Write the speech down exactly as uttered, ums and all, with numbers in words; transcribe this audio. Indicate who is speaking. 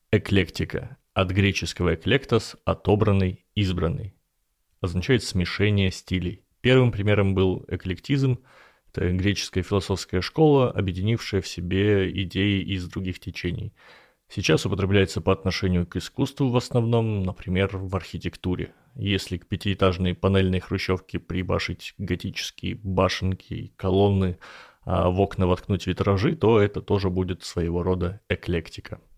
Speaker 1: Эклектика. От греческого эклектос – отобранный, избранный. Означает смешение стилей. Первым примером был эклектизм. Это греческая философская школа, объединившая в себе идеи из других течений. Сейчас употребляется по отношению к искусству в основном, например, в архитектуре. Если к пятиэтажной панельной хрущевке прибашить готические башенки и колонны, а в окна воткнуть витражи, то это тоже будет своего рода эклектика.